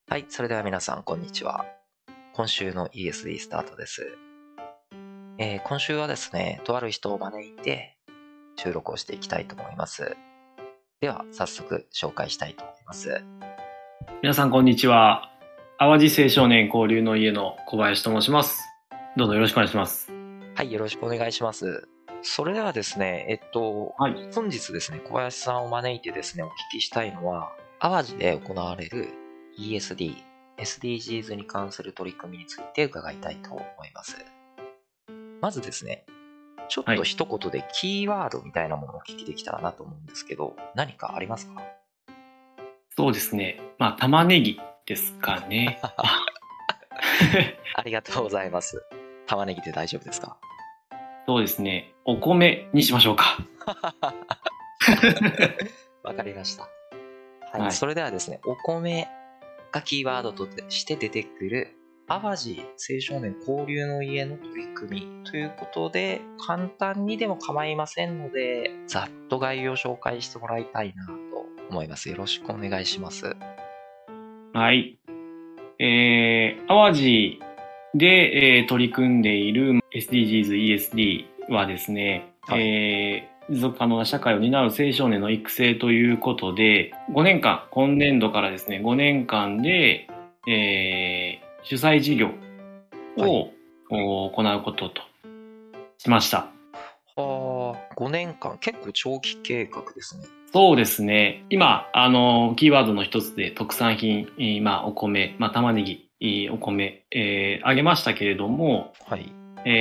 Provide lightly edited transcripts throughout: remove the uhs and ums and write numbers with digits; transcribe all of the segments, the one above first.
はい、それでは皆さん、こんにちは。今週の ESD スタートです。今週はですね、とある人を招いて収録をしていきたいと思います。では、早速紹介したいと思います。 皆さんこんにちは。淡路青少年交流の家の小林と申します。どうぞよろしくお願いします。 はい、よろしくお願いします。それではですね、 はい。 本日ですね、小林さんを招いてですね、お聞きしたいのは、淡路で行われる ESD、SDGs に関する取り組みについて伺いたいと思います。まずですね、ちょっと一言でキーワードみたいなものをお聞きできたらなと思うんですけど、何かありますか？ そうですね。玉ねぎですかね。 ありがとうございます。玉ねぎで大丈夫ですか？ そうですね。お米にしましょうか。 わかりました。はい、 はい。 それではですね、お米がキーワードとして出てくる淡路青少年交流の家の取り組みということで、簡単にでも構いませんので、ざっと概要を紹介してもらいたいなと思います。よろしくお願いします。 はい。淡路で、取り組んでいる SDGs ESD はですね、 はい、 持続可能な社会を担う青少年の育成ということで、5年間、今年度からですね、5年間で、主催事業はい。 を行うこととしました。 はあ、5年間、結構長期計画ですね。 そうですね。今、キーワードの一つで特産品、お米、玉ねぎ、お米、あげましたけれども、 はい。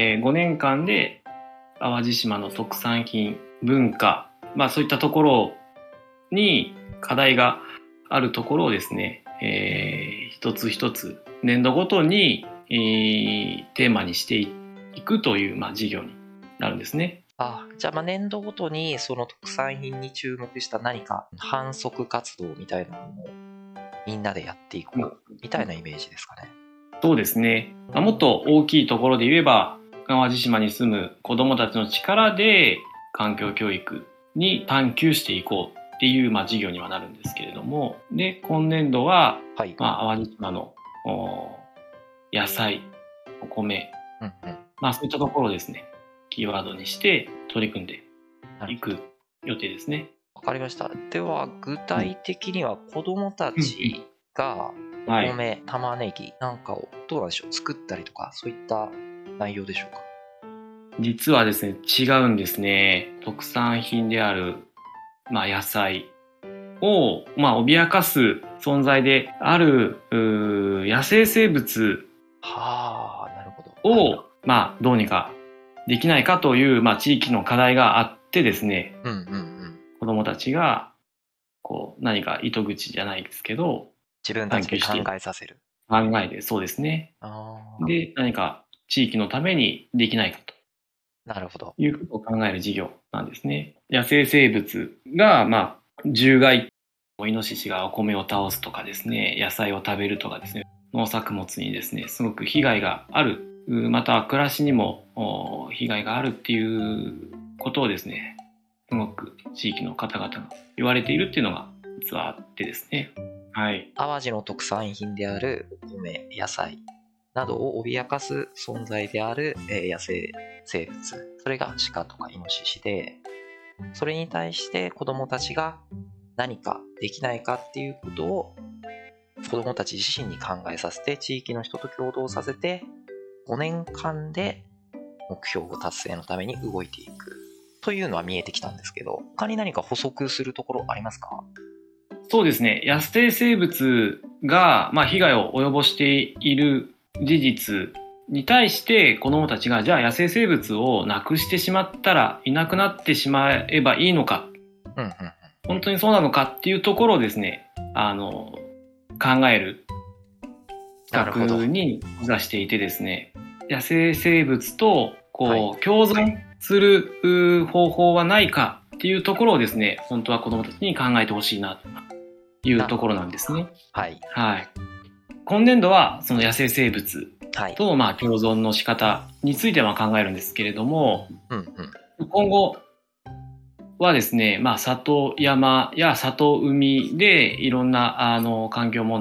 5年間で淡路島の特産品、文化、そういったところに課題があるところをですね、一つ一つ年度ごとに、テーマにしていくという、事業になるんですね。 じゃあ、年度ごとにその特産品に注目した何か販促活動みたいなのをみんなでやっていこうみたいなイメージですかね。 そうですね。もっと大きいところで言えば、淡路島に住む子どもたちの力で環境教育に探求していこうっていう、事業にはなるんですけれども、で、今年度は、 はい。 淡路島の野菜、お米、 うんうん。 そういったところをですね、キーワードにして取り組んでいくなるほど。 予定ですね。 わかりました。では、具体的には子供たちがおはい。 米、玉ねぎなんかをどうなんでしょう、作ったりとか、そういった内容でしょうか？ 実はですね、違うんですね。特産品である、野菜を、脅かす存在である、野生生物はあ、なるほど。はい。 を、どうにかできないかという、地域の課題があってですね、 うんうんうん。 子供たちが、何か糸口じゃないですけど、 自分たちで考探求してえさせる。 考えて、そうですね。 あで、何か地域のためにできないかとあ、なるほど。 いうことを考える事業なんですね。野生生物が、獣害、イノシシがお米を倒すとかですね、野菜を食べるとかですね、農作物にですね、すごく被害がある、また暮らしにも被害があるっていうことをですね、すごく地域の方々が言われているっていうのが実はあってですね。はい。 淡路の特産品であるお米、野菜などを脅かす存在である、野生生物。それが鹿とかイノシシで、それに対して子供たちが何かできないかっていうことを子供たち自身に考えさせて、地域の人と共同させて、5年間で目標達成のために動いていくというのは見えてきたんですけど、他に何か補足するところありますか？ そうですね。野生生物が、被害を及ぼしている事実に対して子どもたちが、じゃあ野生生物をなくしてしまったらいなくなってしまえばいいのか、 うんうん。 本当にそうなのかっていうところをですね、考えるなるほど。 企画に目指していてですね、野生生物とはい。 共存する方法はないかっていうところをですね、本当は子どもたちに考えてほしいなというところなんですね。 はい。 はい。今年度はその野生生物はい。 と共存の仕方については考えるんですけれども、 うんうん。 今後はですね、里山や里海でいろんな環境問題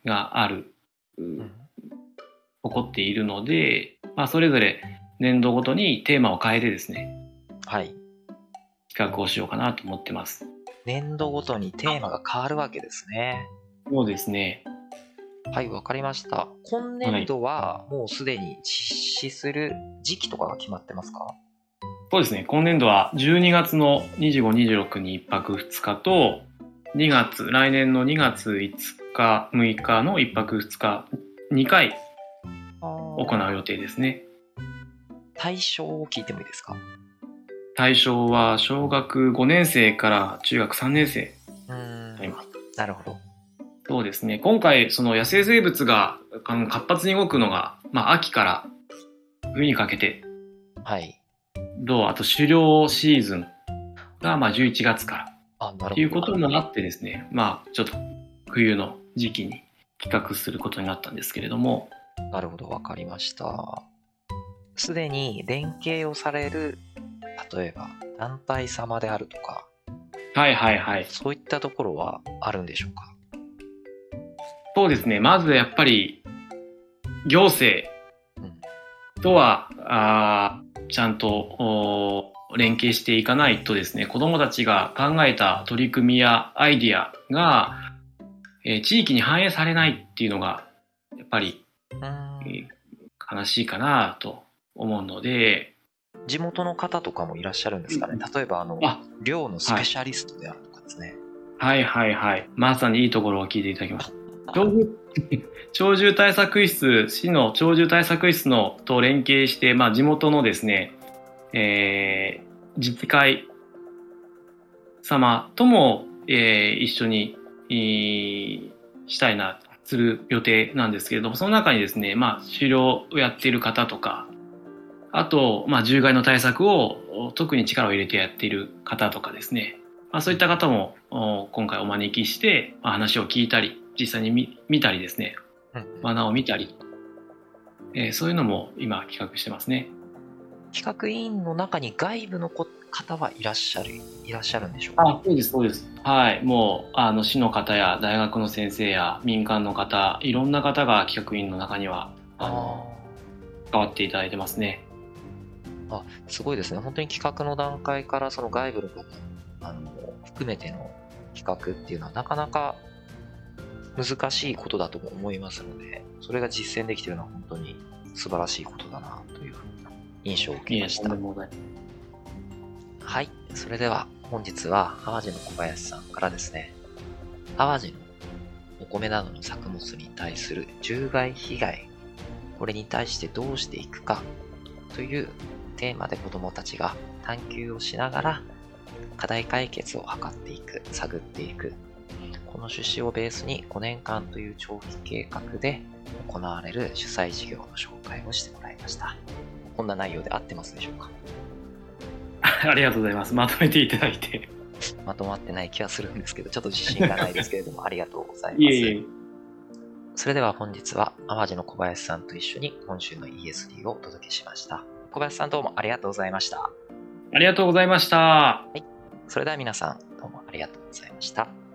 がある、 うん起こっているので、それぞれ年度ごとにテーマを変えてですね、 はい。 企画をしようかなと思ってます。 年度ごとにテーマが変わるわけですね。 そうですね。 はい、わかりました。今年度はもうすでに実施する時期とかが決まってますか？ そうですね。今年度は12月の25、26に1泊2日と、来年の2月5日、6日の1泊2日、2回行う予定ですね。 対象を聞いてもいいですか？ 対象は小学5年生から中学3年生になります。 なるほど。 そうですね。今回、その野生生物が活発に動くのが、秋から冬にかけて、 はい。 あと狩猟シーズンが11月からなるほど。 っていうこともあってですね、ちょっと冬の時期に企画することになったんですけれども。 なるほど、わかりました。すでに連携をされる、例えば団体様であるとか、 はいはいはい。 そういったところはあるんでしょうか？ そうですね。まずやっぱり行政とは、ちゃんと連携していかないとですね、子どもたちが考えた取り組みやアイディアが、地域に反映されないっていうのがやっぱり、悲しいかなと思うので。 地元の方とかもいらっしゃるんですかね？例えば漁のスペシャリストであるとかですね。 はいはいはい。まさにいいところを聞いていただきました。鳥獣対策室、市の鳥獣対策室のと連携して、地元のですね、自治会様とも、一緒に、したいな、する予定なんですけれども、その中にですね、狩猟をやっている方とか、あと、獣害の対策を特に力を入れてやっている方とかですね、そういった方も今回お招きして、話を聞いたり、実際に見たりですね、マナーを見たり、そういうのも今企画してますね。 企画委員の中に外部の方はいらっしゃるんでしょうか？ そうですそうです。はい、もう市の方や大学の先生や民間の方、いろんな方が企画委員の中には関わっていただいてますね。 すごいですね。本当に企画の段階からその外部の方含めての企画っていうのはなかなか難しいことだと思いますので、それが実践できているのは本当に素晴らしいことだなというふうな印象を受けました。はい、それでは本日は淡路の小林さんからですね、淡路のお米などの作物に対する獣害被害、これに対してどうしていくかというテーマで子どもたちが探求をしながら課題解決を図っていく、探っていく、この趣旨をベースに5年間という長期計画で行われる主催事業の紹介をしてもらいました。こんな内容で合ってますでしょうか？ ありがとうございます。まとめていただいて。 まとまってない気はするんですけど、ちょっと自信がないですけれども、ありがとうございます。それでは本日は淡路の小林さんと一緒に今週の ESD をお届けしました。小林さんどうもありがとうございました。 ありがとうございました。 はい。それでは皆さんどうもありがとうございました。